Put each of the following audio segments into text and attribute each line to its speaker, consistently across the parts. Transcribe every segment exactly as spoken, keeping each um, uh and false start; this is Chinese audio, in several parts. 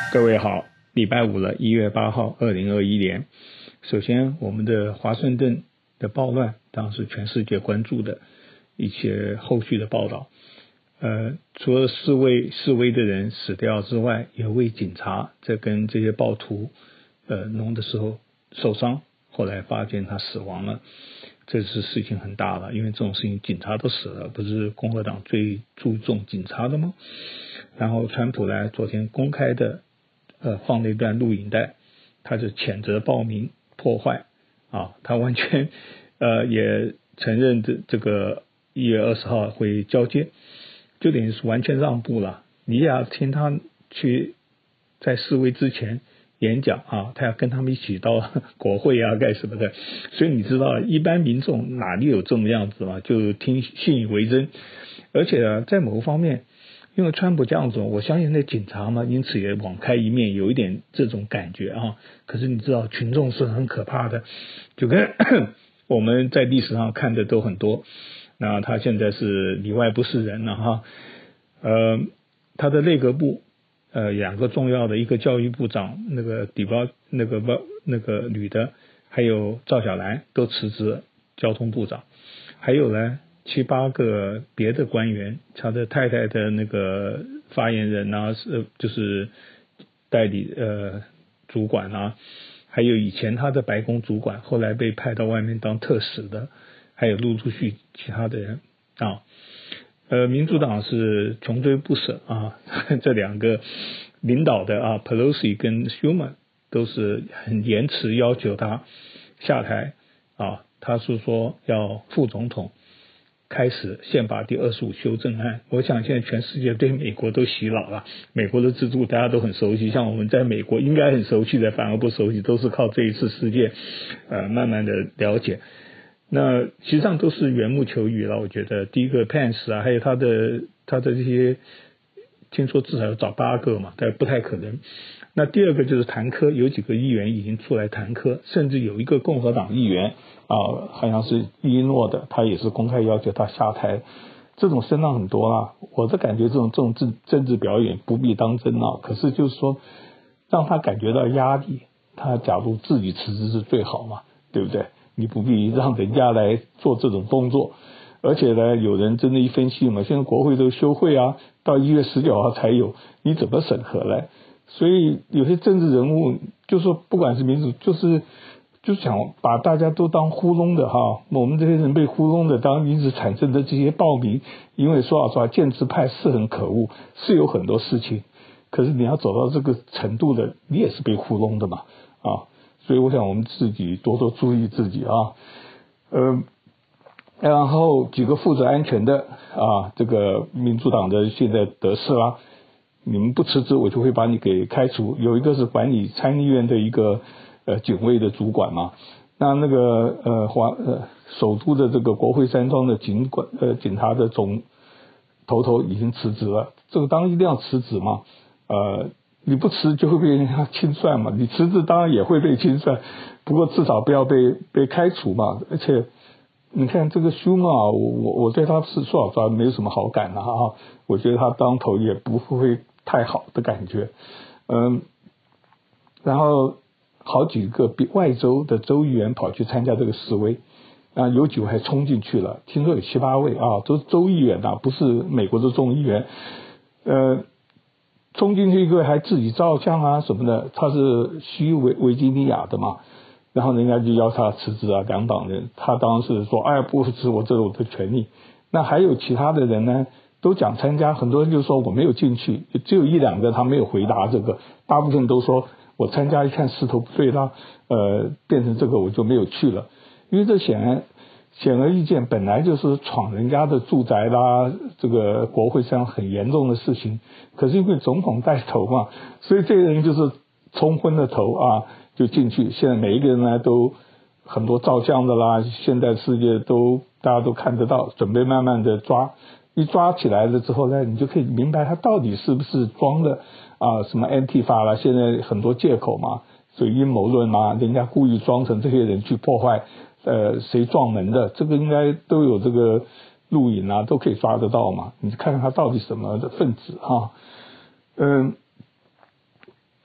Speaker 1: 各位好，礼拜五了，一月八号，二零二一年。首先，我们的华盛顿的暴乱，当然是全世界关注的一些后续的报道。呃，除了示威示威的人死掉之外，有位警察在跟这些暴徒呃弄的时候受伤，后来发现他死亡了。这是事情很大了，因为这种事情警察都死了，不是共和党最注重警察的吗？然后川普呢，昨天公开的呃放了一段录影带，他就谴责暴民破坏啊，他完全呃也承认这这个一月二十号会交接，就等于是完全让步了。你要听他去在示威之前演讲啊，他要跟他们一起到国会啊干什么的，所以你知道一般民众哪里有这么样子嘛，就听信以为真。而且呢，在某个方面，因为川普这样子，我相信那警察嘛，因此也网开一面，有一点这种感觉啊。可是你知道群众是很可怕的，就跟我们在历史上看的都很多。那他现在是里外不是人了哈，呃，他的内阁部呃两个重要的，一个教育部长那个底包那个不那个女的，还有赵小兰都辞职交通部长，还有呢七八个别的官员，他的太太的那个发言人啊，是就是代理呃主管啊，还有以前他的白宫主管，后来被派到外面当特使的，还有陆陆续其他的人啊。呃，民主党是穷追不舍啊，这两个领导的啊 ，Pelosi 跟 Schumer 都是很延迟要求他下台啊。他是说要副总统开始宪法第二十五修正案。我想现在全世界对美国都洗脑了，美国的制度大家都很熟悉，像我们在美国应该很熟悉的，反而不熟悉，都是靠这一次事件呃慢慢的了解。那实际上都是缘木求鱼了，我觉得第一个 Pence 啊，还有他的他的这些，听说至少要找八个嘛，但不太可能。那第二个就是弹劾，有几个议员已经出来弹劾，甚至有一个共和党议员啊，好像是伊诺的，他也是公开要求他下台。这种声浪很多啦，我的感觉这种这种政政治表演不必当真啊。可是就是说，让他感觉到压力，他假如自己辞职是最好嘛，对不对？你不必让人家来做这种动作。而且呢，有人真的一分析嘛，现在国会都休会啊，到一月十九号才有，你怎么审核呢？所以有些政治人物就说，不管是民主，就是就想把大家都当糊弄的哈。我们这些人被糊弄的，当因此产生的这些暴民，因为说老实话，建制派是很可恶，是有很多事情，可是你要走到这个程度的，你也是被糊弄的嘛啊。所以我想我们自己多多注意自己啊，呃，然后几个负责安全的啊，这个民主党的现在得势啦，你们不辞职，我就会把你给开除。有一个是管理参议院的一个呃警卫的主管嘛，那那个呃华呃首都的这个国会山庄的警管呃警察的总头头已经辞职了，这个当然一定要辞职嘛，呃。你不辞就会被人家清算嘛，你辞职当然也会被清算，不过至少不要被被开除嘛。而且你看这个Schumer啊，我我对他是说老实话没有什么好感的哈，我觉得他当头也不会太好的感觉，嗯，然后好几个外州的州议员跑去参加这个示威，啊，有几位还冲进去了，听说有七八位啊，都是州议员啊，不是美国的众议员，呃。冲进去一个还自己照相啊什么的，他是西维维吉尼亚的嘛，然后人家就要他辞职啊，两党人，他当时说哎不辞职，我这是我的权利。那还有其他的人呢，都讲参加，很多人就说我没有进去，只有一两个他没有回答这个，大部分都说我参加一看势头不对啦，呃，变成这个我就没有去了，因为这显然。显而易见，本来就是闯人家的住宅啦，这个国会上很严重的事情。可是因为总统带头嘛，所以这个人就是冲昏了头啊，就进去。现在每一个人呢都很多照相的啦，现代世界都大家都看得到，准备慢慢的抓。一抓起来了之后呢，你就可以明白他到底是不是装的啊，什么 Antifa 啦，现在很多借口嘛，所以阴谋论嘛，人家故意装成这些人去破坏。呃，谁撞门的？这个应该都有这个录影啊，都可以抓得到嘛。你看看他到底什么的分子哈。嗯，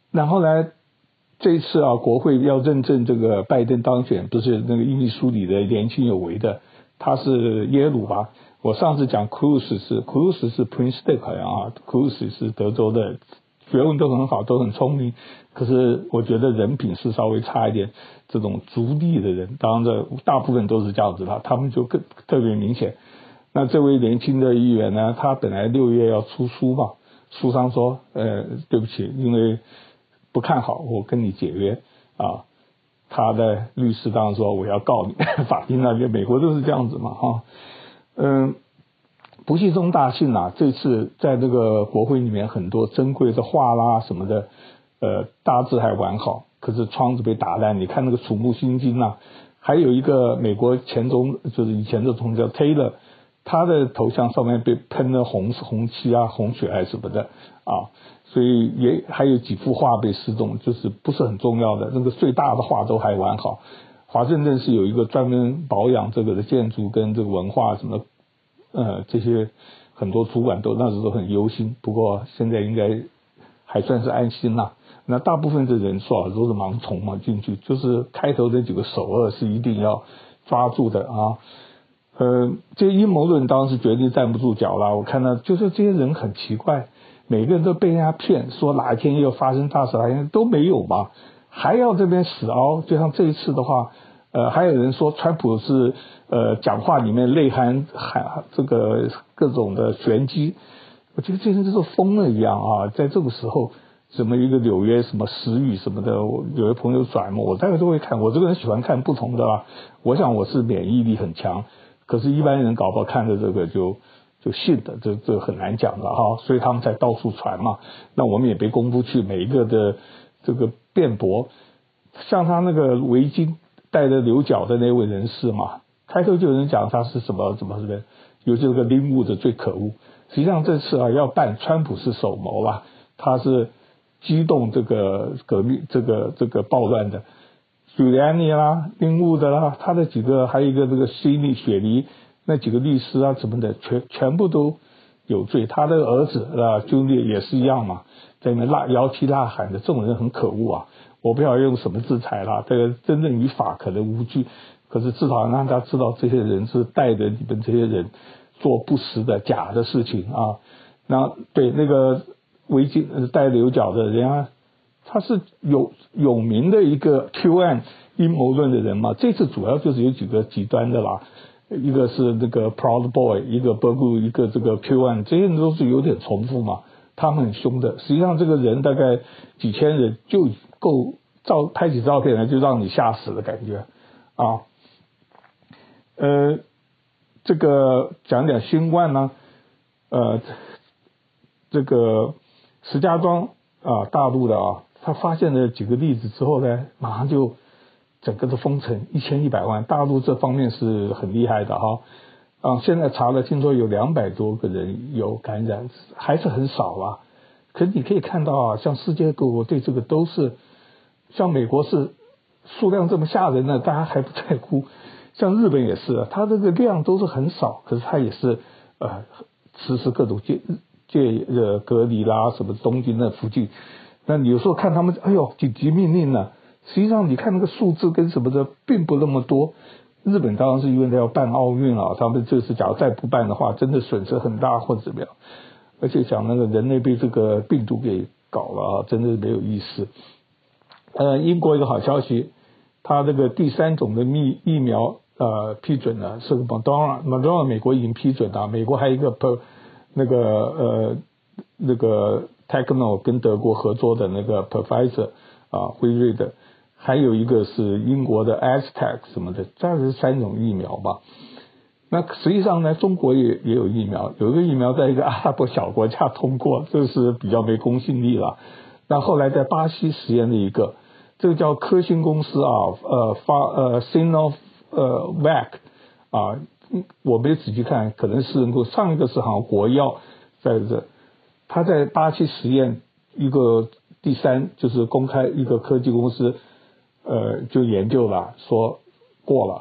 Speaker 1: 然后呢，这一次啊，国会要认证这个拜登当选，不是那个伊利苏里的年轻有为的，他是耶鲁吧？我上次讲 Cruz 是 Cruz 是 Prince Dick 好像啊 ，Cruz 是德州的，学问都很好，都很聪明，可是我觉得人品是稍微差一点。这种逐利的人，当然这大部分都是这样子的，他们就更特别明显。那这位年轻的议员呢，他本来六月要出书嘛，书商说，呃，对不起，因为不看好，我跟你解约啊。他的律师当然说我要告你，法庭那边美国都是这样子嘛，哈，嗯，不幸中大幸啊，这次在这个国会里面很多珍贵的画啦什么的，呃，大致还完好，可是窗子被打烂，你看那个触目心惊啊。还有一个美国前总，就是以前的总统叫 Taylor。他的头像上面被喷了红红漆啊、红血还是什么的啊，所以也还有几幅画被失踪，就是不是很重要的。那个最大的画都还完好。华盛顿是有一个专门保养这个的建筑跟这个文化什么，呃，这些很多主管都那时候都很忧心，不过现在应该还算是安心啦。那大部分的人说啊都是盲从嘛进去，就是开头的几个首恶是一定要抓住的啊。呃，这些阴谋论当然是绝对站不住脚了。我看到就是这些人很奇怪，每个人都被人家骗，说哪一天又发生大事，哪一天都没有嘛，还要这边死熬。就像这一次的话，呃，还有人说川普是呃讲话里面内涵含这个各种的玄机，我觉得这些人就是疯了一样啊！在这个时候，什么一个纽约什么时语什么的，我有的朋友转嘛，我大概都会看。我这个人喜欢看不同的啦，我想我是免疫力很强。可是，一般人搞不好看着这个就就信的，这这很难讲的哈，所以他们才到处传嘛。那我们也没工夫去每一个的这个辩驳。像他那个围巾戴着牛角的那位人士嘛，开头就有人讲他是什么怎么是不是？有这个拎物的最可恶。实际上这次啊要办，川普是首谋啦，他是激动这个革命这个这个暴乱的。Giuliani 啦，林务的啦，他的几个还有一个这个西利雪梨那几个律师啊什么的，全全部都有罪。他的儿子啊 Giuliani 也是一样嘛，在那呐摇旗呐喊的，这种人很可恶啊！我不晓得用什么制裁啦，这个真正与法可能无惧，可是至少让他知道这些人是带着你们这些人做不实的假的事情啊。那对那个围巾戴牛角的人家。他是有有名的一个 Q 案阴谋论的人嘛，这次主要就是有几个极端的啦，一个是那个 Proud Boy， 一个 Bergu， 一个这个 Q 案，这些人都是有点重复嘛，他们很凶的。实际上这个人大概几千人就够照拍起照片来就让你吓死的感觉啊。呃，这个讲讲新冠呢，呃，这个石家庄啊，大陆的啊。他发现了几个例子之后呢，马上就整个的封城一千一百万，大陆这方面是很厉害的哈。啊，现在查了，听说有两百多个人有感染，还是很少啊。可是你可以看到啊，像世界各国对这个都是，像美国是数量这么吓人的，大家还不在乎。像日本也是，它这个量都是很少，可是它也是呃实施各种戒戒呃隔离啦，什么东京那附近。那你有时候看他们，哎呦，紧急命令呢、啊，实际上你看那个数字跟什么的并不那么多。日本当然是因为他要办奥运啊，他们这次假如再不办的话，真的损失很大或者怎么样。而且讲那个人类被这个病毒给搞了啊，真的是没有意思。呃，英国一个好消息，他这个第三种的疫疫苗呃批准了，是 Moderna，Moderna 美国已经批准了，美国还有一个 per 那个呃那个。Techno 跟德国合作的那个 Pfizer 啊，辉瑞的，还有一个是英国的 Aztec 什么的，这是三种疫苗吧。那实际上呢，中国也也有疫苗，有一个疫苗在一个阿拉伯小国家通过，这是比较没公信力了。那后来在巴西实验的一个，这个叫科兴公司啊，呃发呃 Sinovac 呃 Vac 啊，我没仔细看，可能是能够上一个是好像国药在这。他在巴西实验一个第三就是公开一个科技公司，呃，就研究了说过了啊，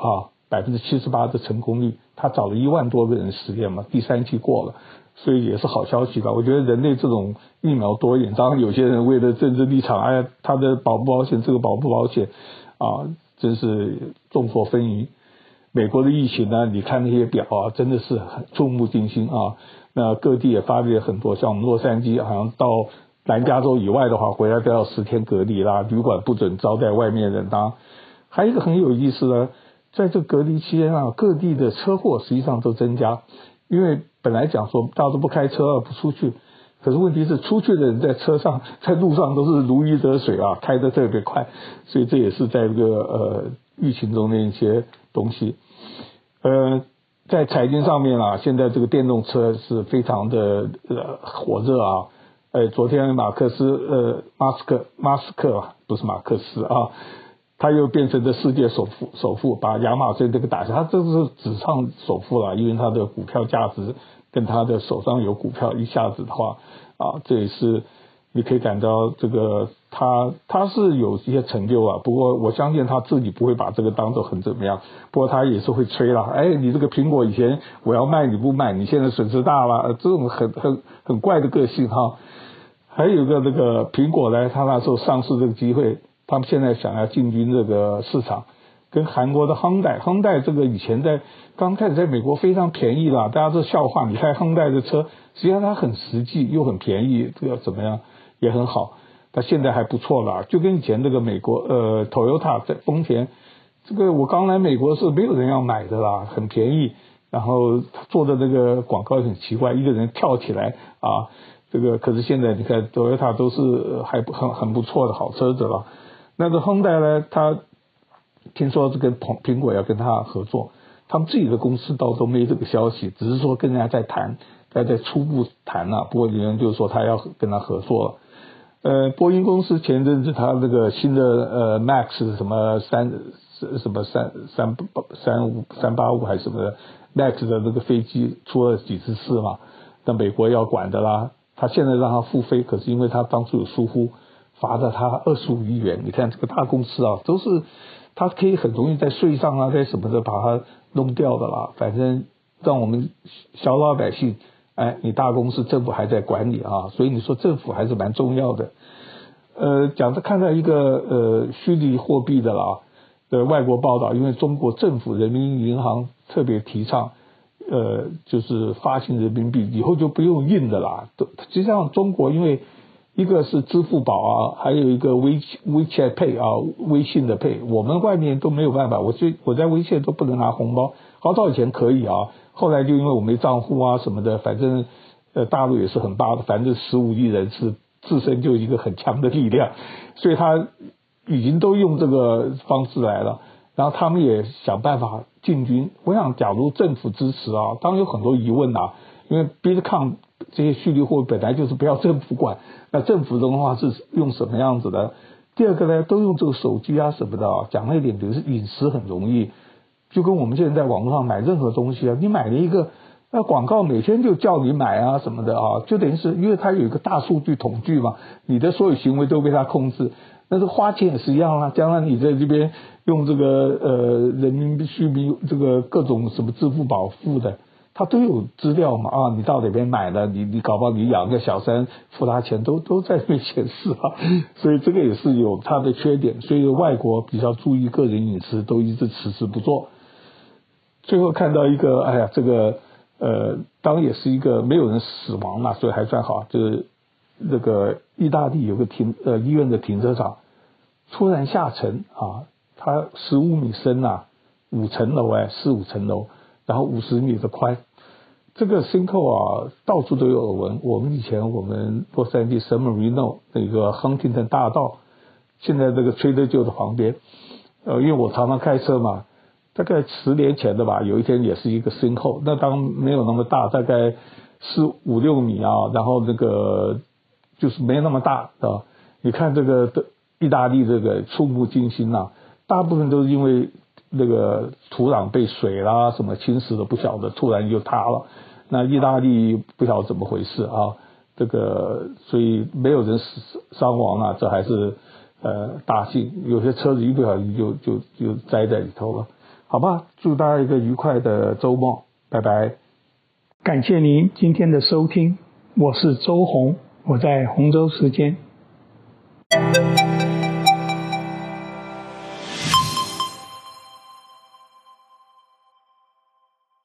Speaker 1: 百分之七十八的成功率，他找了一万多个人实验嘛，第三期过了，所以也是好消息吧。我觉得人类这种疫苗多一点，当然有些人为了政治立场，哎呀，他的保不保险，这个保不保险啊，真是众说纷纭。美国的疫情呢，你看那些表啊，真的是很触目惊心啊。那各地也发布很多，像我们洛杉矶，好像到南加州以外的话，回来都要十天隔离啦，旅馆不准招待外面人啦。还有一个很有意思呢，在这隔离期间啊，各地的车祸实际上都增加，因为本来讲说大家都不开车啊，不出去，可是问题是出去的人在车上在路上都是如鱼得水啊，开得特别快，所以这也是在这个呃疫情中的一些东西。呃，在财经上面啊，现在这个电动车是非常的呃火热啊。呃，昨天马克思呃马斯克马斯克啊，不是马克思啊，他又变成了世界首富首富，把亚马逊这个打下，他这是纸上首富了，因为他的股票价值跟他的手上有股票，一下子的话啊，这也是你可以感到这个他他是有一些成就啊，不过我相信他自己不会把这个当作很怎么样，不过他也是会吹啦，哎，你这个苹果以前我要卖你不卖，你现在损失大了，这种很很很怪的个性哈。还有一个那个苹果呢，他那时候上市这个机会，他们现在想要进军这个市场，跟韩国的亨代，亨代这个以前在刚开始在美国非常便宜啦，大家都笑话，你开亨代的车，实际上它很实际又很便宜，这个怎么样也很好，它现在还不错啦，就跟以前那个美国呃 Toyota 在丰田，这个我刚来美国是没有人要买的啦，很便宜，然后做的那个广告很奇怪，一个人跳起来啊。这个可是现在你看 Toyota 都是还很很不错的好车子了。那个亨代呢，他听说是跟苹苹果要跟他合作，他们自己的公司倒都没这个消息，只是说跟人家在谈，在在初步谈了、啊。不过有人就说他要跟他合作了。呃，波音公司前阵子他那个新的呃 Max 什么三什么三三三五三八五还是什么的 Max 的那个飞机出了几次事嘛，那美国要管的啦。他现在让他复飞，可是因为他当初有疏忽，罚了他二十五亿元。你看这个大公司啊，都是他可以很容易在税上啊，在什么的把它弄掉的啦。反正让我们小老百姓，哎，你大公司政府还在管你啊，所以你说政府还是蛮重要的。呃，讲着看到一个呃虚拟货币的啦的外国报道，因为中国政府人民银行特别提倡。呃，就是发行人民币以后就不用印的啦。都实际上中国因为一个是支付宝啊，还有一个微 WeChat Pay 啊，微信的 Pay， 我们外面都没有办法。我最我在微信都不能拿红包，好早以前可以啊，后来就因为我没账户啊什么的，反正呃大陆也是很大的，反正十五亿人是自身就一个很强的力量，所以他已经都用这个方式来了。然后他们也想办法进军。我想，假如政府支持啊，当然有很多疑问啊，因为 Bitcoin 这些虚拟货币本来就是不要政府管，那政府的话是用什么样子的？第二个呢，都用这个手机啊什么的啊，讲了一点，比如是隐私很容易，就跟我们现在在网络上买任何东西啊，你买了一个那广告每天就叫你买啊什么的啊，就等于是因为它有一个大数据统计嘛，你的所有行为都被它控制。但是花钱也是一样啊，将来你在这边用这个呃人民币、虚币这个各种什么支付宝付的，它都有资料嘛啊，你到哪边买的，你你搞不好你养个小三付他钱都都在那边显示啊，所以这个也是有它的缺点，所以外国比较注意个人隐私，都一直迟迟不做。最后看到一个，哎呀，这个呃，当然也是一个没有人死亡嘛，所以还算好，就是这个意大利有个停呃医院的停车场突然下沉啊，它十五米深啊，五层楼哎，四五层楼，然后五十米的宽，这个 sinkhole 啊，到处都有耳闻。我们以前我们洛杉矶 San Marino 那个亨廷顿大道，现在这个崔德旧的旁边，呃，因为我常常开车嘛，大概十年前的吧，有一天也是一个 sinkhole，那当没有那么大，大概四五六米啊，然后那个就是没那么大啊。你看这个意大利这个触目惊心啊，大部分都是因为那个土壤被水啦什么侵蚀的不晓得，突然就塌了。那意大利不晓得怎么回事啊，这个所以没有人死伤亡啊，这还是呃大幸。有些车子一不小心就就就栽在里头了。 好吧，祝大家一个愉快的周末，拜拜。感谢您今天的收听，我是周红，我在洪州时间。